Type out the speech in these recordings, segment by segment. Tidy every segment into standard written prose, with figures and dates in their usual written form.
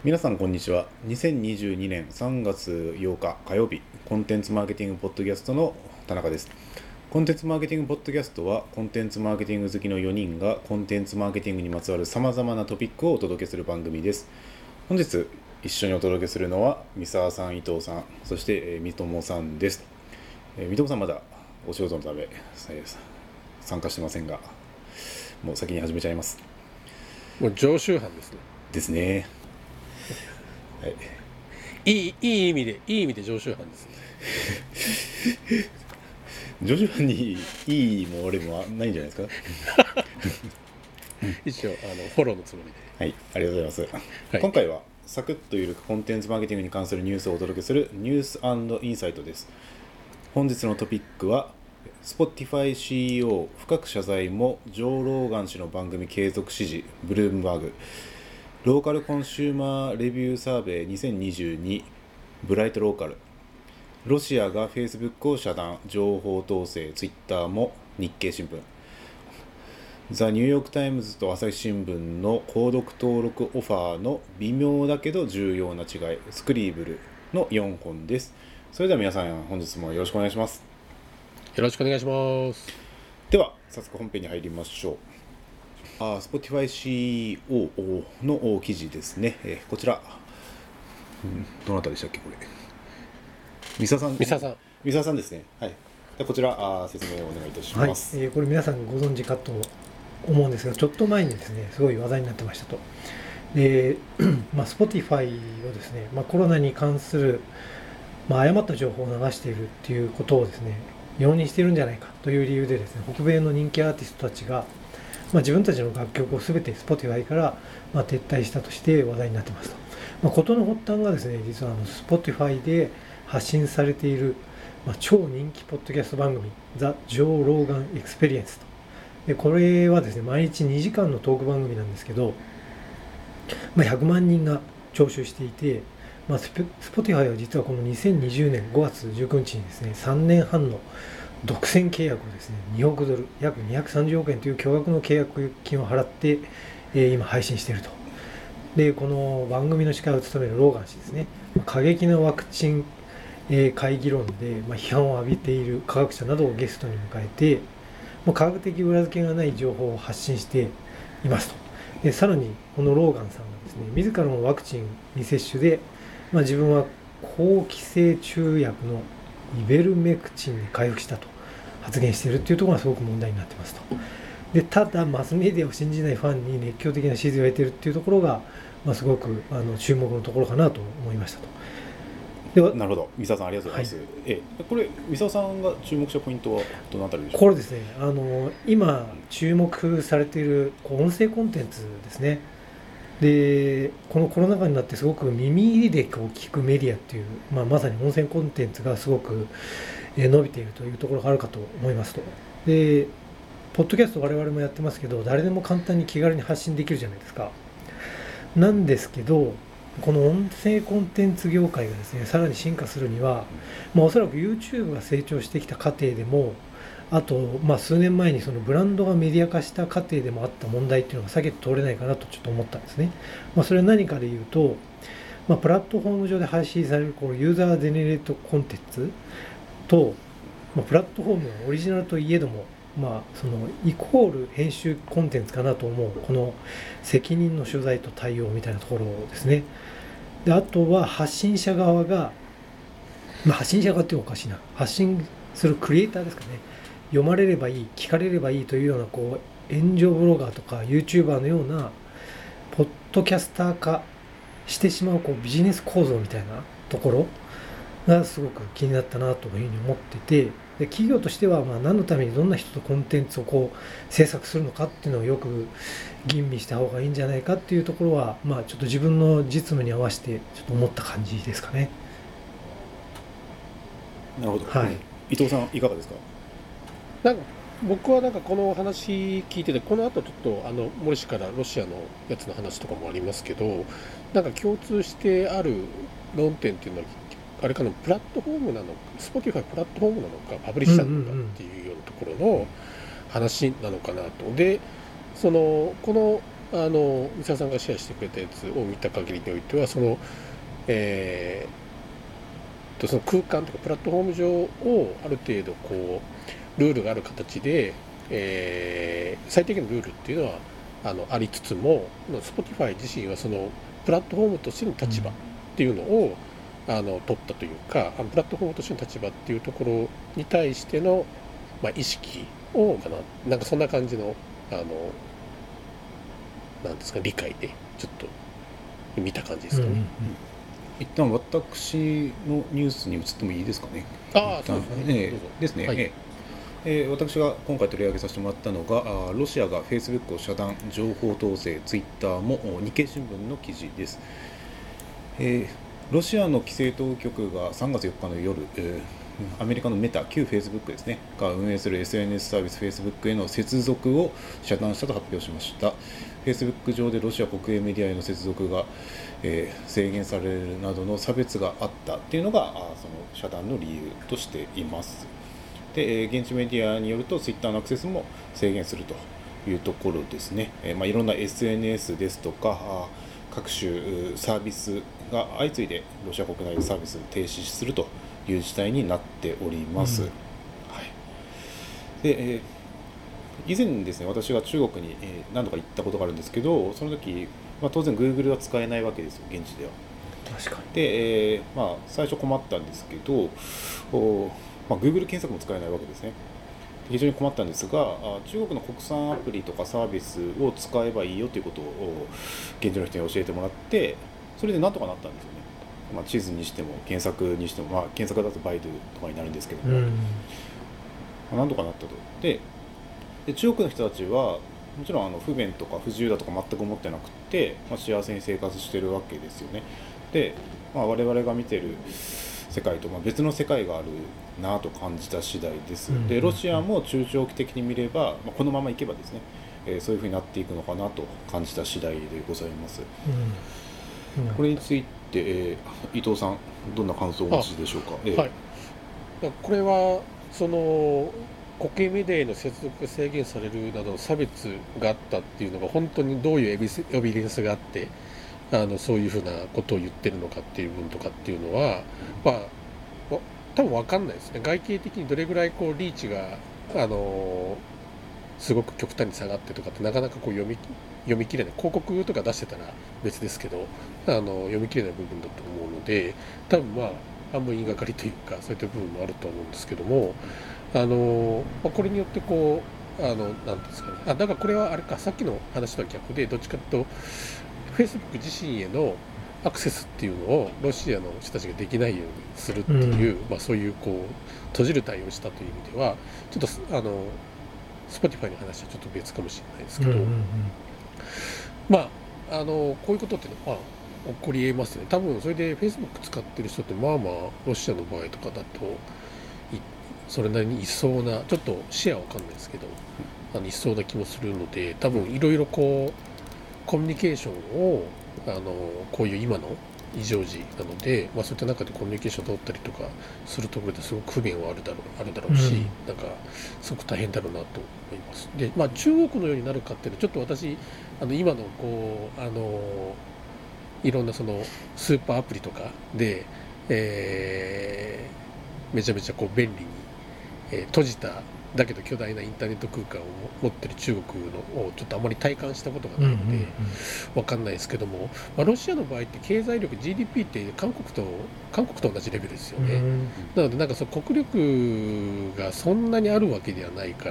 皆さんこんにちは。2022年3月8日火曜日、コンテンツマーケティングポッドキャストの田中です。コンテンツマーケティングポッドキャストは、コンテンツマーケティング好きの4人がコンテンツマーケティングにまつわる様々なトピックをお届けする番組です。本日一緒にお届けするのは三沢さん、伊藤さん、そして三友さんです。三友さんまだお仕事のため参加してませんが、もう先に始めちゃいます。 もう常習犯ですね。 ですね。はい、 いい意味で常習犯ですね。 常習犯にいいも俺もないんじゃないですか。 一応フォローのつもりで。 はい、ありがとうございます。 はい、 今回はサクッとゆるくコンテンツマーケティングに関するニュースをお届けするニュース&インサイトです。本日のトピックは Spotify CEO 深く謝罪もジョー・ローガン氏の番組継続支持ブルームバーグローカルコンシューマーレビューサーベイ2022ブライトローカルロシアが Facebook を遮断情報統制 Twitter も日経新聞ザ・ニューヨーク・タイムズと朝日新聞の購読登録オファーの微妙だけど重要な違いスクリーブルの4本です。それでは皆さん本日もよろしくお願いします。 よろしくお願いします。 では早速本編に入りましょう。Spotify CEO の記事ですね。こちら、どなたでしたっけこれ。三沢さんですね。はい。でこちら説明をお願いいたします。 はい、これ皆さんご存知かと思うんですが、ちょっと前にですね、すごい話題になってましたと。で、Spotify をですね、コロナに関する、誤った情報を流しているっていうことをですね、容認しているんじゃないかという理由でですね、北米の人気アーティストたちが、自分たちの楽曲を全て Spotify から、撤退したとして話題になってますと。事の発端がですね、実はSpotify で発信されている、超人気ポッドキャスト番組ザ・ジョー・ローガン・エクスペリエンスと。でこれはですね、毎日2時間のトーク番組なんですけど、100万人が聴取していて、Spotify は実はこの2020年5月19日にですね、3年半の独占契約をですね、2億ドル、約230億円という巨額の契約金を払って、今配信していると。で、この番組の司会を務めるローガン氏ですね、過激なワクチン、会議論で、批判を浴びている科学者などをゲストに迎えて、科学的裏付けがない情報を発信していますと。でさらにこのローガンさんがですね、自らもワクチン未接種で、自分は抗寄生虫薬のイベルメクチンに回復したと発言しているというところがすごく問題になってますと。でただマスメディアを信じないファンに熱狂的な支持を得ているというところが、すごく注目のところかなと思いましたと。 ではなるほど、三沢さんありがとうございます。これ三沢さんが注目したポイントはどのあたりでしょうか。 これですね、今注目されている音声コンテンツですね。でこのコロナ禍になってすごく耳入りで聞くメディアっていう、まさに音声コンテンツがすごく伸びているというところがあるかと思いますと。でポッドキャスト我々もやってますけど、誰でも簡単に気軽に発信できるじゃないですか。なんですけど、この音声コンテンツ業界がですね、さらに進化するには、おそらく YouTube が成長してきた過程でも、あと、数年前にそのブランドがメディア化した過程でもあった問題っていうのが避けて通れないかなとちょっと思ったんですね。それは何かで言うと、プラットフォーム上で配信されるこのユーザージェネレートコンテンツと、プラットフォームはオリジナルといえども、そのイコール編集コンテンツかなと思うこの責任の所在と対応みたいなところですね。であとは発信者側が、発信者側っておかしいな、発信するクリエイターですかね、読まれればいい、聞かれればいいというような炎上ブロガーとか YouTuber のようなポッドキャスター化してしまうビジネス構造みたいなところがすごく気になったなというふうに思ってて、で企業としては何のためにどんな人とコンテンツを制作するのかっていうのをよく吟味した方がいいんじゃないかっていうところは、ちょっと自分の実務に合わせてちょっと思った感じですかね。 なるほど、 はい、 伊藤さんいかがですか。 僕はこの話聞いてて、この後ちょっと森氏からロシアのやつの話とかもありますけど、共通してある論点っていうのはあれかな、プラットフォームなのか、Spotify プラットフォームなのか、パブリッシャーなのかっていうようなところの話なのかなと。で、この三沢さんがシェアしてくれたやつを見た限りにおいてはその空間とかプラットフォーム上をある程度こうルールがある形で、最低限のルールっていうのはありつつも Spotify 自身はそのプラットフォームとしての立場っていうのを取ったというかプラットフォームとしての立場っていうところに対しての、意識をなんかそんな感じのなんですか理解でちょっと見た感じですかね。 一旦私のニュースに移ってもいいですかね。 ああ、そうですね。 ですね。はい私が今回取り上げさせてもらったのがロシアが Facebook を遮断、情報統制、Twitter も日経新聞の記事です。ロシアの規制当局が3月4日の夜、アメリカのメタ、旧 Facebook ですね、が運営する SNS サービス Facebook への接続を遮断したと発表しました。Facebook 上でロシア国営メディアへの接続が、制限されるなどの差別があったというのがその遮断の理由としています。で、現地メディアによると Twitter のアクセスも制限するというところですね。いろんな SNS ですとか各種サービスが相次いでロシア国内でサービスを停止するという事態になっております。はい、で、以前ですね、私が中国に何度か行ったことがあるんですけど、その時、当然 Google は使えないわけですよ、現地では。 確かに。 で、最初困ったんですけど、Google 検索も使えないわけですね。非常に困ったんですが、中国の国産アプリとかサービスを使えばいいよということを現地の人に教えてもらって、それでなんとかなったんですよね。地図にしても検索にしても、検索だとバイドゥとかになるんですけども、なんとかなったと。で中国の人たちはもちろん不便とか不自由だとか全く思ってなくて、幸せに生活してるわけですよね。で、我々が見てる世界と別の世界があるなと感じた次第です。でロシアも中長期的に見れば、このままいけばですね、そういうふうになっていくのかなと感じた次第でございます。これについて、伊藤さんどんな感想をお持ちでしょうか。 はい、これはその国営メディアへの接続が制限されるなどの差別があったっていうのが本当にどういうエビデンスがあってそういうふうなことを言ってるのかっていう部分とかっていうのは、多分分かんないですね。外形的にどれぐらいこうリーチがすごく極端に下がってとかってなかなかこう読み切れない、広告とか出してたら別ですけど読み切れない部分だと思うので、多分半分言いがかりというかそういった部分もあると思うんですけども、これによってこうなんていうんですかね、だからこれはあれか、さっきの話とは逆でどっちかというと Facebook 自身へのアクセスっていうのをロシアの人たちができないようにするっていう、そういうこう閉じる対応をしたという意味ではちょっとSpotify の話はちょっと別かもしれないですけど、こういうことっていうのは起こり得ますね。多分それで Facebook 使ってる人ってロシアの場合とかだとそれなりにいそうな、ちょっとシェアわかんないですけどいそうな気もするので、多分いろいろこうコミュニケーションをこういう今の異常時なので、そういった中でコミュニケーションを取ったりとかするところですごく不便はあるだろうし、なんかすごく大変だろうなと思います。で、中国のようになるかっていうのはちょっと私今のこういろんなそのスーパーアプリとかで、めちゃめちゃこう便利に閉じただけど巨大なインターネット空間を持ってる中国のをちょっとあまり体感したことがないので分かんないですけども、ロシアの場合って経済力 GDP って韓国と同じレベルですよね。なのでなんか国力がそんなにあるわけではないから、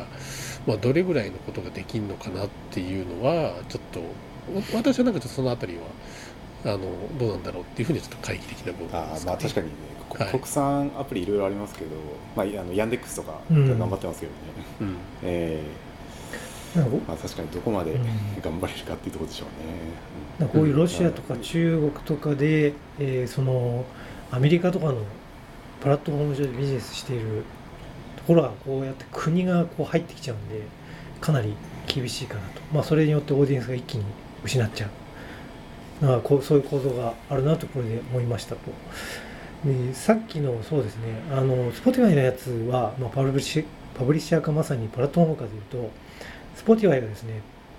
どれぐらいのことができるのかなっていうのはちょっと私はなんかちょっとそのあたりはどうなんだろうっていうふうにちょっと懐疑的な部分ですかね。 確かにね、国産アプリいろいろありますけど、ヤンデックスとか頑張ってますけどね、確かにどこまで頑張れるかっていうところでしょうね。 こういうロシアとか中国とかで、そのアメリカとかのプラットフォーム上でビジネスしているところはこうやって国がこう入ってきちゃうんでかなり厳しいかなと、それによってオーディエンスが一気に失っちゃう、そういう構造があるなとこれで思いましたと。でさっきのそうですね、Spotify のやつは、パブリッシャーかまさにプラットフォームかというと Spotify がですね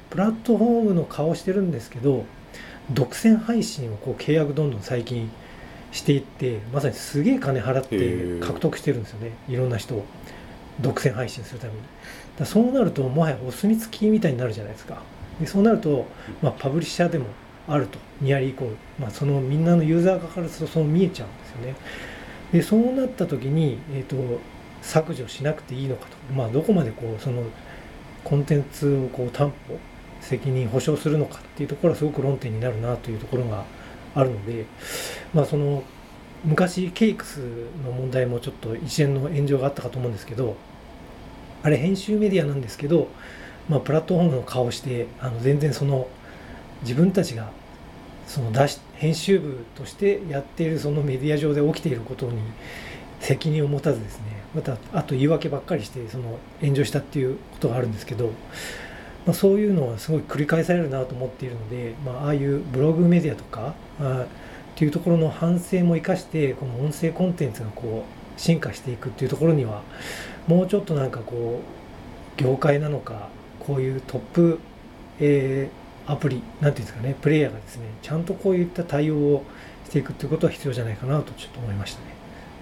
プラットフォームの顔してるんですけど、独占配信をこう契約どんどん最近していって、まさにすげえ金払って獲得してるんですよね、いろんな人を独占配信するために。そうなるともはやお墨付きみたいになるじゃないですか。でそうなると、パブリッシャーでもあると、ニアリーイコール、そのみんなのユーザーからするとそう見えちゃうんですよね。でそうなった時に、削除しなくていいのかと、どこまでこうそのコンテンツをこう担保責任保証するのかっていうところはすごく論点になるなというところがあるので、その昔ケイクスの問題もちょっと一連の炎上があったかと思うんですけど、あれ編集メディアなんですけど、プラットフォームの顔して全然その自分たちがその編集部としてやっているそのメディア上で起きていることに責任を持たずですね、またあと言い訳ばっかりしてその炎上したっていうことがあるんですけど、そういうのはすごい繰り返されるなと思っているので、ああいうブログメディアとかっていうところの反省も生かしてこの音声コンテンツがこう進化していくっていうところにはもうちょっとなんかこう業界なのかこういうトップ、アプリなんていうんですかね、プレイヤーがですねちゃんとこういった対応をしていくっていうことは必要じゃないかなとちょっと思いましたね。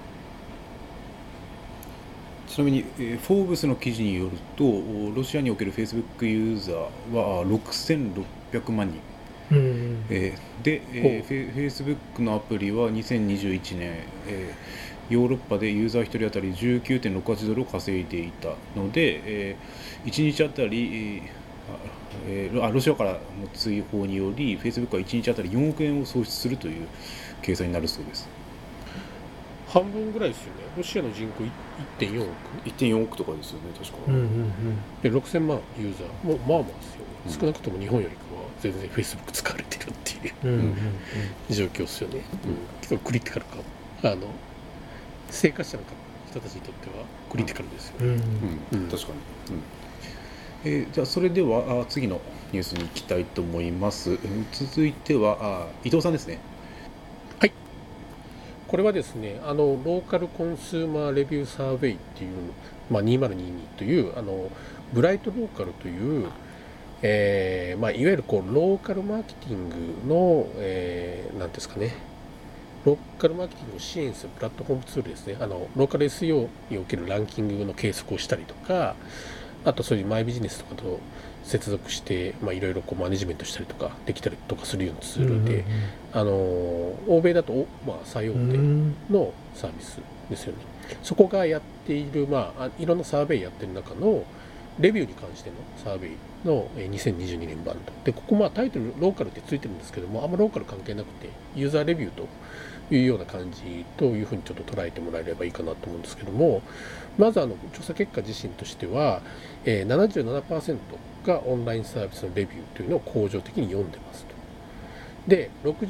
ちなみに、フォーブスの記事によるとロシアにおける Facebook ユーザーは6600万人、で、Facebook のアプリは2021年、ヨーロッパでユーザー1人当たり 19.68 ドルを稼いでいたので、1日あたり、ロシアからの追放により Facebook は1日あたり4億円を喪失するという計算になるそうです。 半分ぐらいですよね。ロシアの人口 1.4 億 1.4 億とかですよね、確か。 で6000万ユーザーもですよね、少なくとも日本よりかは全然 Facebook 使われてるっていう状況ですよね。結構クリティカルか、生活者の人たちにとってはクリティカルですよね。 確かに。じゃあそれでは次のニュースに行きたいと思います。続いては伊藤さんですね。 はい、これはですねローカルコンスーマーレビューサーベイっていう、2022というブライトローカルという、いわゆるこうローカルマーケティングの、なんですかね、ローカルマーケティングを支援するプラットフォームツールですね。ローカル SEO におけるランキングの計測をしたりとか、あとそういうマイビジネスとかと接続して、いろいろこうマネジメントしたりとかできたりとかするようなツールで、欧米だと、最大手のサービスですよね。そこがやっている、いろんなサーベイやってる中のレビューに関してのサーベイの2022年版と。で、ここタイトルローカルってついてるんですけども、あんまローカル関係なくてユーザーレビューというような感じというふうにちょっと捉えてもらえればいいかなと思うんですけども、まず調査結果自身としては、77% がオンラインサービスのレビューというのを恒常的に読んでますと。で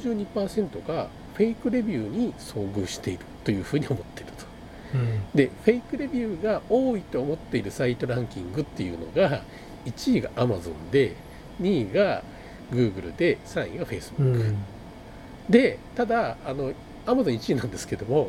62% がフェイクレビューに遭遇しているというふうに思っていると。でフェイクレビューが多いと思っているサイトランキングっていうのが1位が Amazon で2位が Google で3位が Facebook、でただAmazon1 位なんですけども、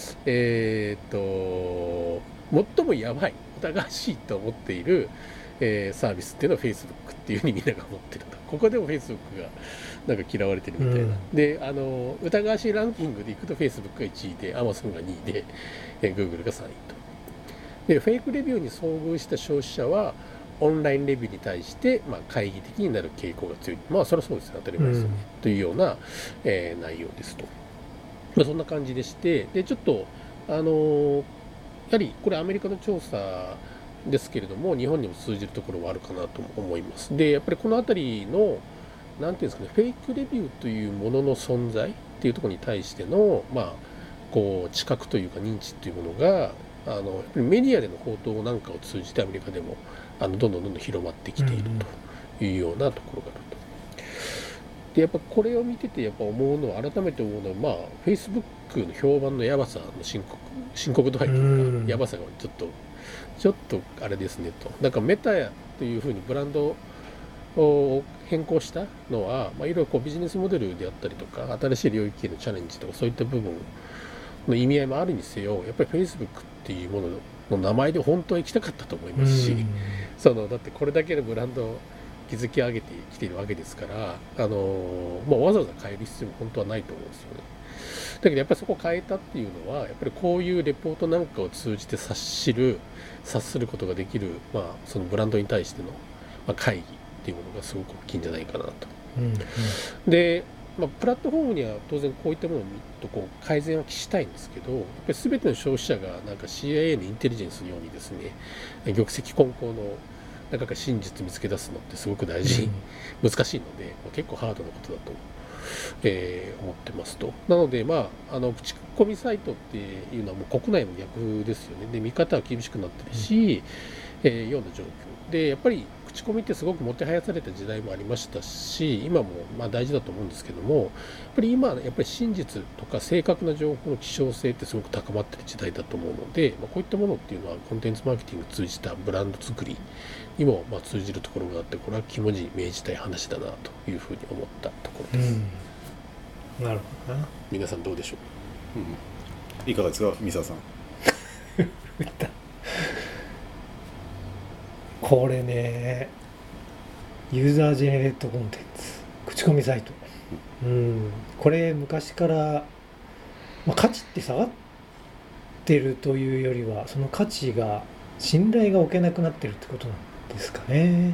最もやばい疑わしいと思っている、サービスっていうのは Facebook っていうふうにみんなが思ってると。ここでも Facebook がなんか嫌われてるみたいな、で疑わしいランキングでいくと Facebook が1位で Amazon が2位で、Google が3位と。でフェイクレビューに遭遇した消費者はオンラインレビューに対して、懐疑的になる傾向が強い。それはそうですね、当たり前ですよね、というような、内容ですと。そんな感じでして、でちょっとやはりこれアメリカの調査ですけれども、日本にも通じるところはあるかなと思います。でやっぱりこの辺りのなんていうんですかね、フェイクレビューというものの存在っていうところに対してのこう知覚というか認知というものがやっぱりメディアでの報道なんかを通じてアメリカでもどんどん広まってきているというようなところがあると。でやっぱこれを見ててやっぱ思うのは、改めて思うのは、Facebook の評判のやばさの深刻度合いというか、やばさがちょっとあれですねと。なんかメタというふうにブランドを変更したのは、いろいろこうビジネスモデルであったりとか、新しい領域へのチャレンジとか、そういった部分の意味合いもあるにせよ、やっぱり Facebook っていうものの名前で本当は行きたかったと思いますし、だってこれだけのブランド築き上げてきているわけですから、わざわざ変える必要も本当はないと思うんですよね。だけどやっぱりそこを変えたっていうのはやっぱりこういうレポートなんかを通じて察することができる、そのブランドに対しての、会議っていうものがすごく大きいんじゃないかなと。で、プラットフォームには当然こういったものをとこう改善は期したいんですけど、やっぱり全ての消費者がなんか CIA のインテリジェンスのようにですね、玉石混交のなんか真実見つけ出すのってすごく大事、難しいので、結構ハードなことだと、思ってますと。なので口コミサイトっていうのはもう国内も逆ですよね。で見方は厳しくなってるし、ような状況でやっぱり口コミってすごくもてはやされた時代もありましたし、今も大事だと思うんですけども、やっぱり今やっぱり真実とか正確な情報の希少性ってすごく高まってる時代だと思うので、こういったものっていうのはコンテンツマーケティングを通じたブランド作りにも通じるところがあって、これは肝に銘じたい話だなというふうに思ったところです。 なるほどな。 皆さんどうでしょう。 いかがですか、三沢さん。 これね、ユーザージェネレートコンテンツ、口コミサイト、これ昔から、価値って下がってるというよりは、その価値が信頼が置けなくなってるってことなんですかね。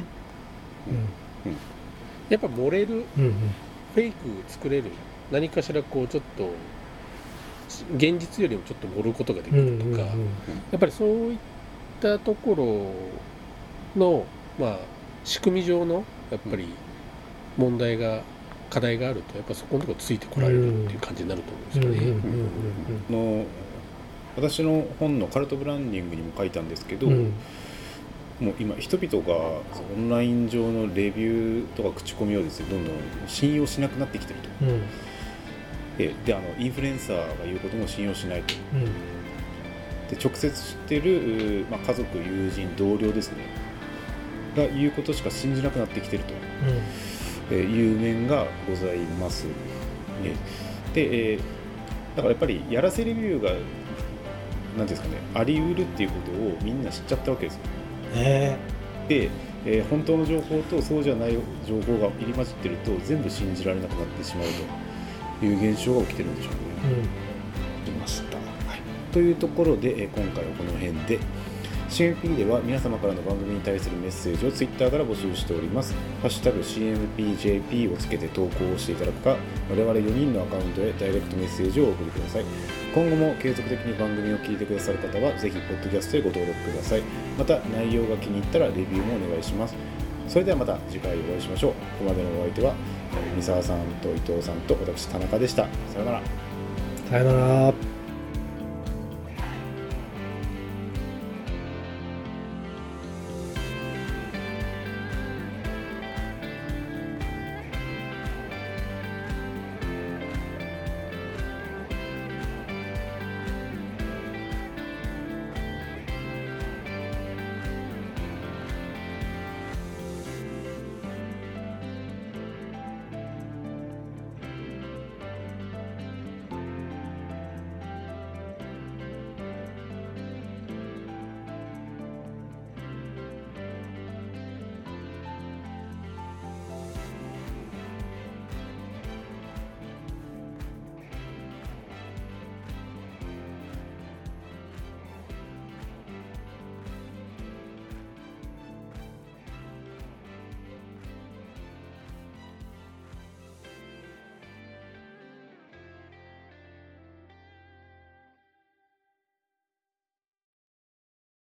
やっぱ盛れる、フェイク作れる、何かしらこうちょっと現実よりもちょっと盛ることができるとか、やっぱりそういったところの仕組み上のやっぱり問題が課題があると、やっぱそこのところついてこられるっていう感じになると思うんですよね。 私の本のカルトブランディングにも書いたんですけど、もう今人々がオンライン上のレビューとか口コミをですね、どんどん信用しなくなってきてると。でインフルエンサーが言うことも信用しないと。で直接知ってる、家族、友人、同僚ですねが言うことしか信じなくなってきてると、いう面がございます。で、だからやっぱりやらせレビューがなんですかね、あり得るっていうことをみんな知っちゃったわけですよ。で、本当の情報とそうじゃない情報が入り混じってると全部信じられなくなってしまうという現象が起きてるんでしょうね。いました、というところで、今回はこの辺で。CMP では皆様からの番組に対するメッセージを Twitter から募集しております。ハッシュタグ CMPJP をつけて投稿をしていただくか、我々4人のアカウントへダイレクトメッセージをお送りください。今後も継続的に番組を聞いてくださる方はぜひポッドキャストへご登録ください。また内容が気に入ったらレビューもお願いします。それではまた次回お会いしましょう。ここまでのお相手は三沢さんと伊藤さんと私田中でした。さようなら。 さようなら。